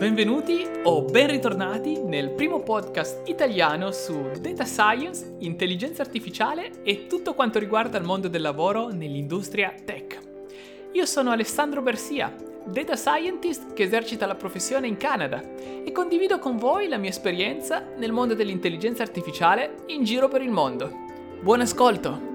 Benvenuti o ben ritornati nel primo podcast italiano su Data Science, intelligenza artificiale e tutto quanto riguarda il mondo del lavoro nell'industria tech. Io sono Alessandro Bersia, Data Scientist che esercita la professione in Canada e condivido con voi la mia esperienza nel mondo dell'intelligenza artificiale in giro per il mondo. Buon ascolto!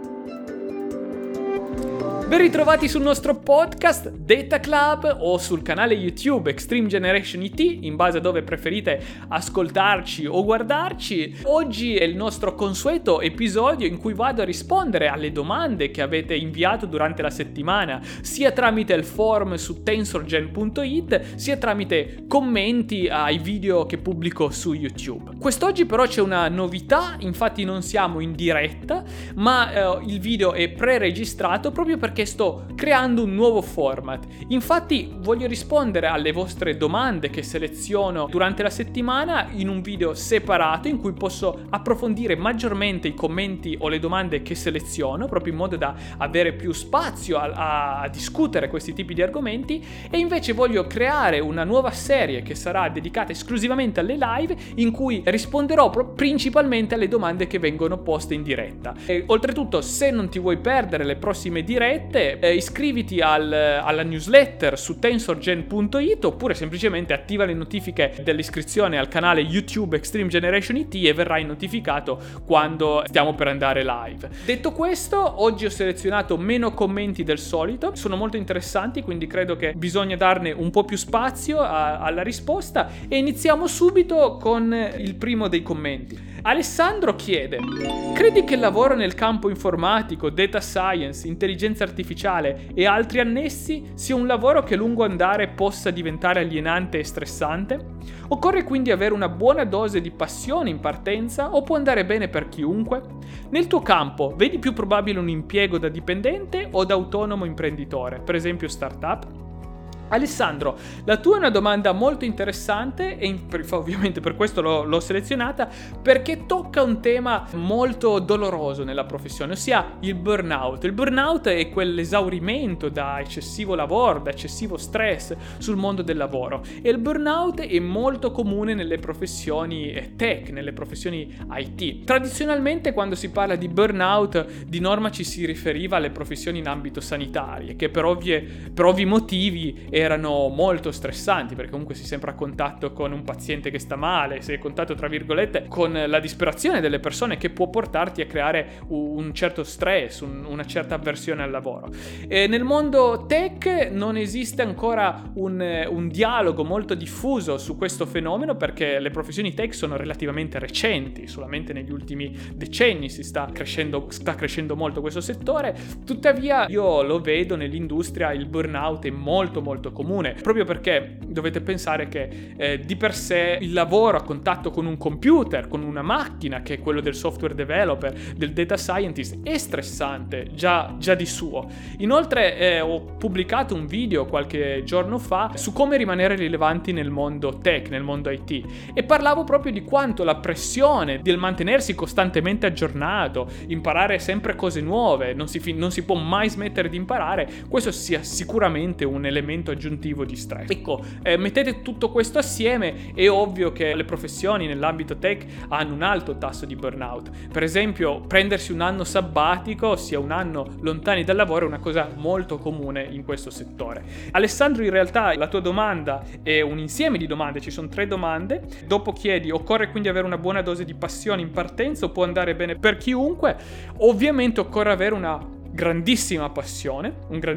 Ben ritrovati sul nostro podcast Data Club o sul canale YouTube Extreme Generation IT, in base a dove preferite ascoltarci o guardarci. Oggi è il nostro consueto episodio in cui vado a rispondere alle domande che avete inviato durante la settimana, sia tramite il forum su tensorgen.it, sia tramite commenti ai video che pubblico su YouTube. Quest'oggi però c'è una novità, infatti non siamo in diretta, ma il video è pre-registrato proprio perché sto creando un nuovo format. Infatti voglio rispondere alle vostre domande che seleziono durante la settimana in un video separato in cui posso approfondire maggiormente i commenti o le domande che seleziono, proprio in modo da avere più spazio a discutere questi tipi di argomenti, e invece voglio creare una nuova serie che sarà dedicata esclusivamente alle live in cui risponderò principalmente alle domande che vengono poste in diretta. E oltretutto, se non ti vuoi perdere le prossime dirette, iscriviti alla newsletter su tensorgen.it oppure semplicemente attiva le notifiche dell'iscrizione al canale YouTube Extreme Generation IT e verrai notificato quando stiamo per andare live. Detto questo, oggi ho selezionato meno commenti del solito, sono molto interessanti, quindi credo che bisogna darne un po' più spazio alla risposta e iniziamo subito con il primo dei commenti. Alessandro chiede: credi che il lavoro nel campo informatico, data science, intelligenza artificiale e altri annessi sia un lavoro che a lungo andare possa diventare alienante e stressante? Occorre quindi avere una buona dose di passione in partenza o può andare bene per chiunque? Nel tuo campo vedi più probabile un impiego da dipendente o da autonomo imprenditore, per esempio startup? Alessandro, la tua è una domanda molto interessante e ovviamente per questo l'ho selezionata, perché tocca un tema molto doloroso nella professione, ossia il burnout. Il burnout è quell'esaurimento da eccessivo lavoro, da eccessivo stress sul mondo del lavoro, e il burnout è molto comune nelle professioni tech, nelle professioni IT. Tradizionalmente, quando si parla di burnout, di norma ci si riferiva alle professioni in ambito sanitario, che per ovvi motivi erano molto stressanti, perché comunque sei sempre a contatto con un paziente che sta male, sei a contatto tra virgolette con la disperazione delle persone, che può portarti a creare un certo stress, una certa avversione al lavoro. E nel mondo tech non esiste ancora un dialogo molto diffuso su questo fenomeno, perché le professioni tech sono relativamente recenti, solamente negli ultimi decenni sta crescendo molto questo settore. Tuttavia io lo vedo nell'industria, il burnout è molto comune, proprio perché dovete pensare che di per sé il lavoro a contatto con un computer, con una macchina, che è quello del software developer, del data scientist, è stressante già di suo. Inoltre ho pubblicato un video qualche giorno fa su come rimanere rilevanti nel mondo tech, nel mondo IT, e parlavo proprio di quanto la pressione del mantenersi costantemente aggiornato, imparare sempre cose nuove, non si può mai smettere di imparare, questo sia sicuramente un elemento aggiuntivo di stress. Ecco, mettete tutto questo assieme, è ovvio che le professioni nell'ambito tech hanno un alto tasso di burnout. Per esempio, prendersi un anno sabbatico, ossia un anno lontani dal lavoro, è una cosa molto comune in questo settore. Alessandro, in realtà la tua domanda è un insieme di domande, ci sono 3 domande. Dopo chiedi: occorre quindi avere una buona dose di passione in partenza o può andare bene per chiunque? Ovviamente occorre avere una grandissima passione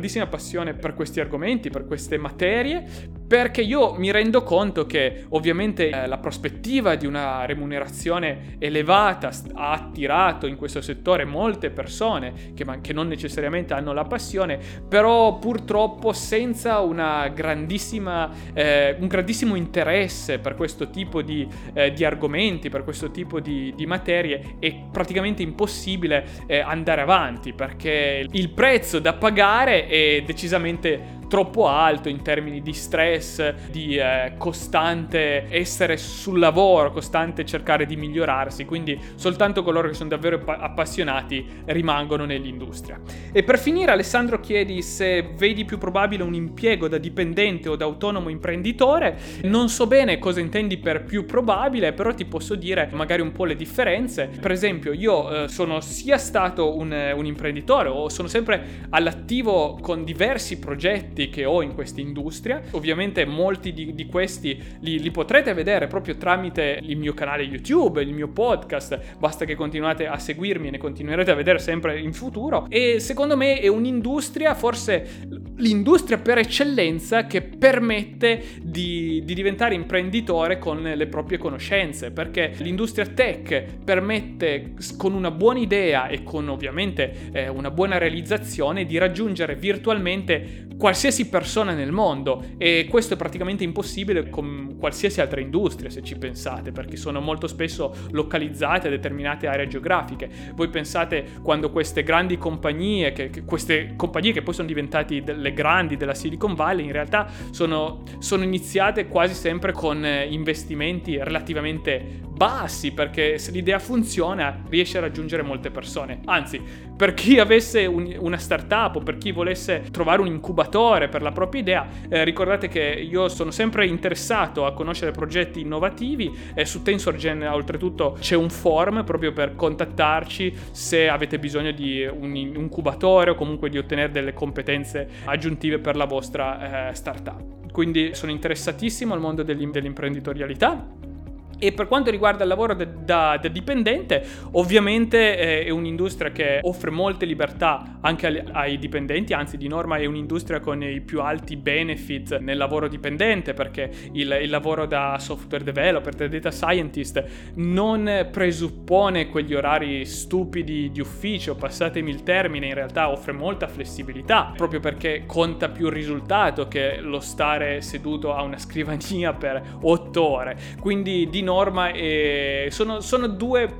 per questi argomenti, per queste materie, perché io mi rendo conto che ovviamente la prospettiva di una remunerazione elevata ha attirato in questo settore molte persone che non necessariamente hanno la passione, però purtroppo senza un grandissimo interesse per questo tipo di argomenti, per questo tipo di materie, è praticamente impossibile andare avanti, perché il prezzo da pagare è decisamente troppo alto in termini di stress, di costante essere sul lavoro, costante cercare di migliorarsi, quindi soltanto coloro che sono davvero appassionati rimangono nell'industria. E per finire, Alessandro chiedi se vedi più probabile un impiego da dipendente o da autonomo imprenditore. Non so bene cosa intendi per più probabile, però ti posso dire magari un po' le differenze. Per esempio, io sono sia stato un imprenditore, o sono sempre all'attivo con diversi progetti che ho in questa industria. Ovviamente molti di questi li potrete vedere proprio tramite il mio canale YouTube, il mio podcast. Basta che continuate a seguirmi e ne continuerete a vedere sempre in futuro. E secondo me è un'industria, forse l'industria per eccellenza, che permette di diventare imprenditore con le proprie conoscenze, perché l'industria tech permette, con una buona idea e con ovviamente una buona realizzazione, di raggiungere virtualmente qualsiasi persona nel mondo, e questo è praticamente impossibile con qualsiasi altra industria, se ci pensate, perché sono molto spesso localizzate a determinate aree geografiche. Voi pensate quando queste grandi compagnie, queste compagnie che poi sono diventate le grandi della Silicon Valley, in realtà sono iniziate quasi sempre con investimenti relativamente bassi, perché se l'idea funziona riesce a raggiungere molte persone. Anzi, per chi avesse una startup o per chi volesse trovare un incubatore per la propria idea, ricordate che io sono sempre interessato a conoscere progetti innovativi, e su Tensorgen oltretutto c'è un form proprio per contattarci se avete bisogno di un incubatore o comunque di ottenere delle competenze aggiuntive per la vostra startup. Quindi sono interessatissimo al mondo dell'imprenditorialità. E per quanto riguarda il lavoro da dipendente, ovviamente è un'industria che offre molte libertà anche ai dipendenti, anzi di norma è un'industria con i più alti benefit nel lavoro dipendente, perché il lavoro da software developer, da data scientist, non presuppone quegli orari stupidi di ufficio, passatemi il termine, in realtà offre molta flessibilità, proprio perché conta più il risultato che lo stare seduto a una scrivania per 8 ore. Quindi di norma sono due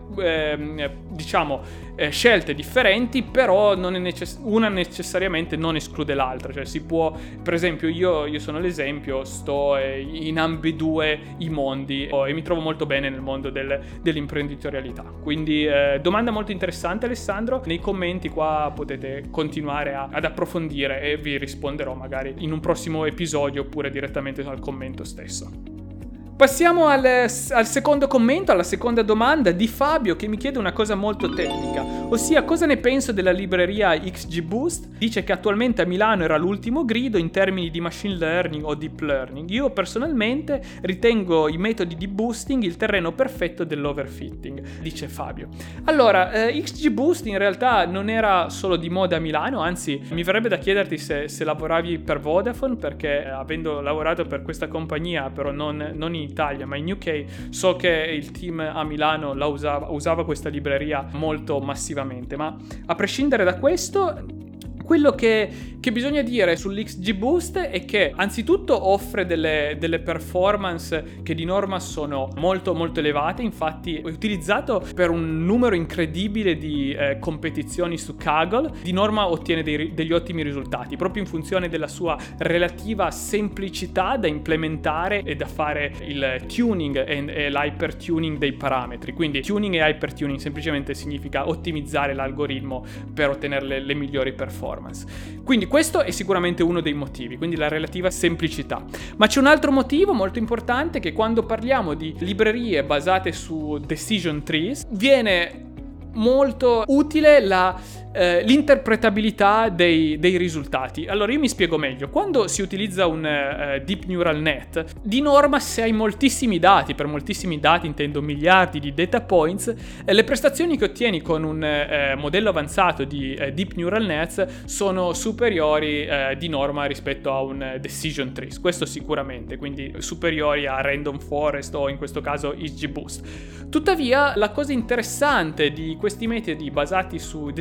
scelte differenti, però non è una necessariamente non esclude l'altra. Cioè si può, per esempio io sono l'esempio, sto in ambedue i mondi e mi trovo molto bene nel mondo dell'imprenditorialità. Quindi domanda molto interessante, Alessandro. Nei commenti qua potete continuare ad approfondire e vi risponderò magari in un prossimo episodio oppure direttamente al commento stesso. Passiamo al secondo commento, alla seconda domanda di Fabio, che mi chiede una cosa molto tecnica, ossia cosa ne penso della libreria XGBoost. Dice che attualmente a Milano era l'ultimo grido in termini di machine learning o deep learning. Io personalmente ritengo i metodi di boosting il terreno perfetto dell'overfitting, dice Fabio. Allora, XGBoost in realtà non era solo di moda a Milano, anzi mi verrebbe da chiederti se lavoravi per Vodafone, perché avendo lavorato per questa compagnia, però non in Italia ma in UK, so che il team a Milano usava questa libreria molto massivamente. Ma a prescindere da questo, quello che bisogna dire sull'XGBoost è che anzitutto offre delle performance che di norma sono molto molto elevate. Infatti è utilizzato per un numero incredibile di competizioni su Kaggle. Di norma ottiene degli ottimi risultati proprio in funzione della sua relativa semplicità da implementare e da fare il tuning e l'hypertuning dei parametri. Quindi tuning e hypertuning semplicemente significa ottimizzare l'algoritmo per ottenere le migliori performance. Quindi questo è sicuramente uno dei motivi, quindi la relativa semplicità. Ma c'è un altro motivo molto importante, che quando parliamo di librerie basate su decision trees viene molto utile l'interpretabilità dei risultati. Allora io mi spiego meglio. Quando si utilizza un deep neural net, di norma se hai moltissimi dati, per moltissimi dati intendo miliardi di data points, le prestazioni che ottieni con un modello avanzato di deep neural nets sono superiori di norma rispetto a un decision trees, questo sicuramente, quindi superiori a random forest o in questo caso XGBoost. Tuttavia la cosa interessante di questi metodi basati su decision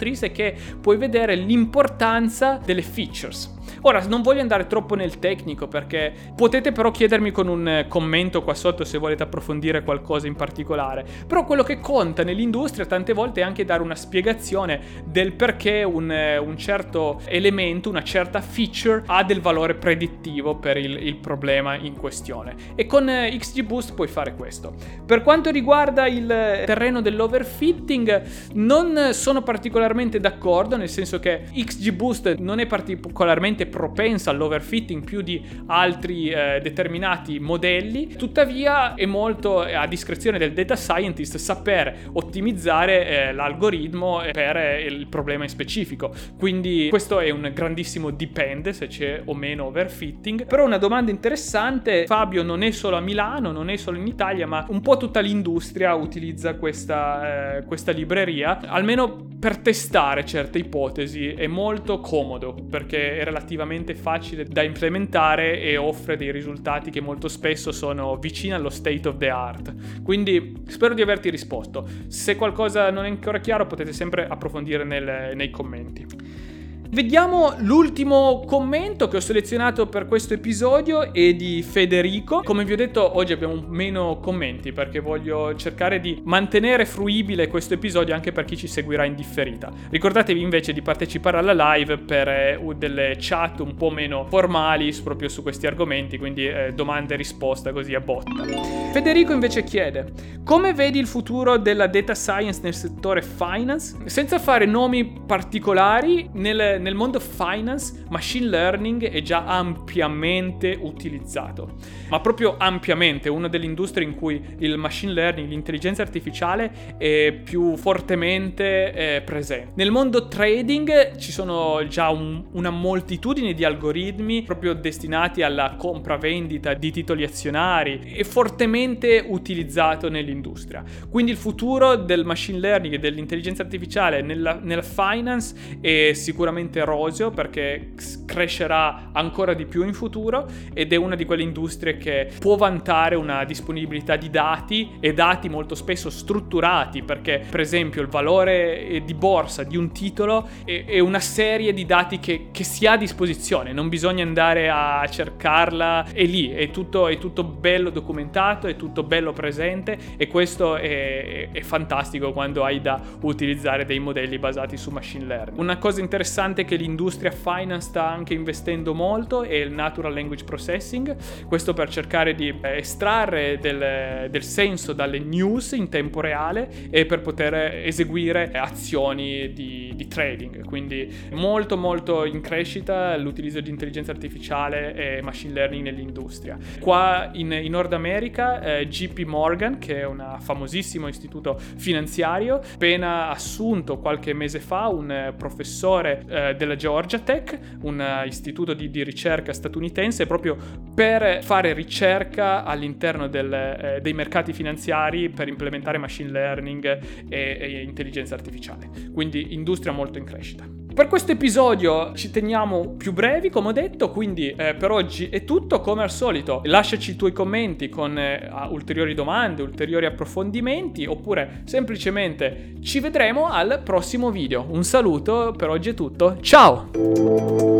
triste è che puoi vedere l'importanza delle features. Ora, non voglio andare troppo nel tecnico, perché potete però chiedermi con un commento qua sotto se volete approfondire qualcosa in particolare. Però quello che conta nell'industria tante volte è anche dare una spiegazione del perché un certo elemento, una certa feature ha del valore predittivo per il problema in questione. E con XGBoost puoi fare questo. Per quanto riguarda il terreno dell'overfitting, non sono particolarmente d'accordo, nel senso che XGBoost non è particolarmente propensa all'overfitting più di altri determinati modelli. Tuttavia è molto a discrezione del data scientist saper ottimizzare l'algoritmo per il problema in specifico. Quindi questo è un grandissimo dipende se c'è o meno overfitting. Però una domanda interessante, Fabio, non è solo a Milano, non è solo in Italia, ma un po' tutta l'industria utilizza questa libreria, almeno per testare certe ipotesi. È molto comodo perché è relativamente facile da implementare e offre dei risultati che molto spesso sono vicini allo state of the art. Quindi spero di averti risposto. Se qualcosa non è ancora chiaro potete sempre approfondire nei commenti. Vediamo l'ultimo commento che ho selezionato per questo episodio, è di Federico. Come vi ho detto, oggi abbiamo meno commenti perché voglio cercare di mantenere fruibile questo episodio anche per chi ci seguirà in differita. Ricordatevi invece di partecipare alla live per delle chat un po' meno formali proprio su questi argomenti, quindi domande e risposte così a botta. Federico invece chiede: come vedi il futuro della data science nel settore finance? Senza fare nomi particolari, nel mondo finance machine learning è già ampiamente utilizzato, ma proprio ampiamente. È una delle industrie in cui il machine learning, l'intelligenza artificiale è più fortemente presente. Nel mondo trading ci sono già una moltitudine di algoritmi proprio destinati alla compravendita di titoli azionari, è fortemente utilizzato nell'industria. Quindi il futuro del machine learning e dell'intelligenza artificiale nella finance è sicuramente roseo, perché crescerà ancora di più in futuro ed è una di quelle industrie che può vantare una disponibilità di dati, e dati molto spesso strutturati, perché per esempio il valore di borsa di un titolo è una serie di dati che si ha a disposizione, non bisogna andare a cercarla, è lì, è tutto bello documentato, è tutto bello presente, e questo è fantastico quando hai da utilizzare dei modelli basati su machine learning. Una cosa interessante che l'industria finance sta anche investendo molto è il natural language processing, questo per cercare di estrarre del senso dalle news in tempo reale e per poter eseguire azioni di trading. Quindi molto molto in crescita l'utilizzo di intelligenza artificiale e machine learning nell'industria. Qua in Nord America JP Morgan, che è un famosissimo istituto finanziario, appena assunto qualche mese fa un professore della Georgia Tech, un istituto di ricerca statunitense, proprio per fare ricerca all'interno dei mercati finanziari per implementare machine learning e intelligenza artificiale. Quindi industria molto in crescita. Per questo episodio ci teniamo più brevi, come ho detto, quindi per oggi è tutto. Come al solito lasciaci i tuoi commenti con ulteriori domande, ulteriori approfondimenti, oppure semplicemente ci vedremo al prossimo video. Un saluto, per oggi è tutto, ciao!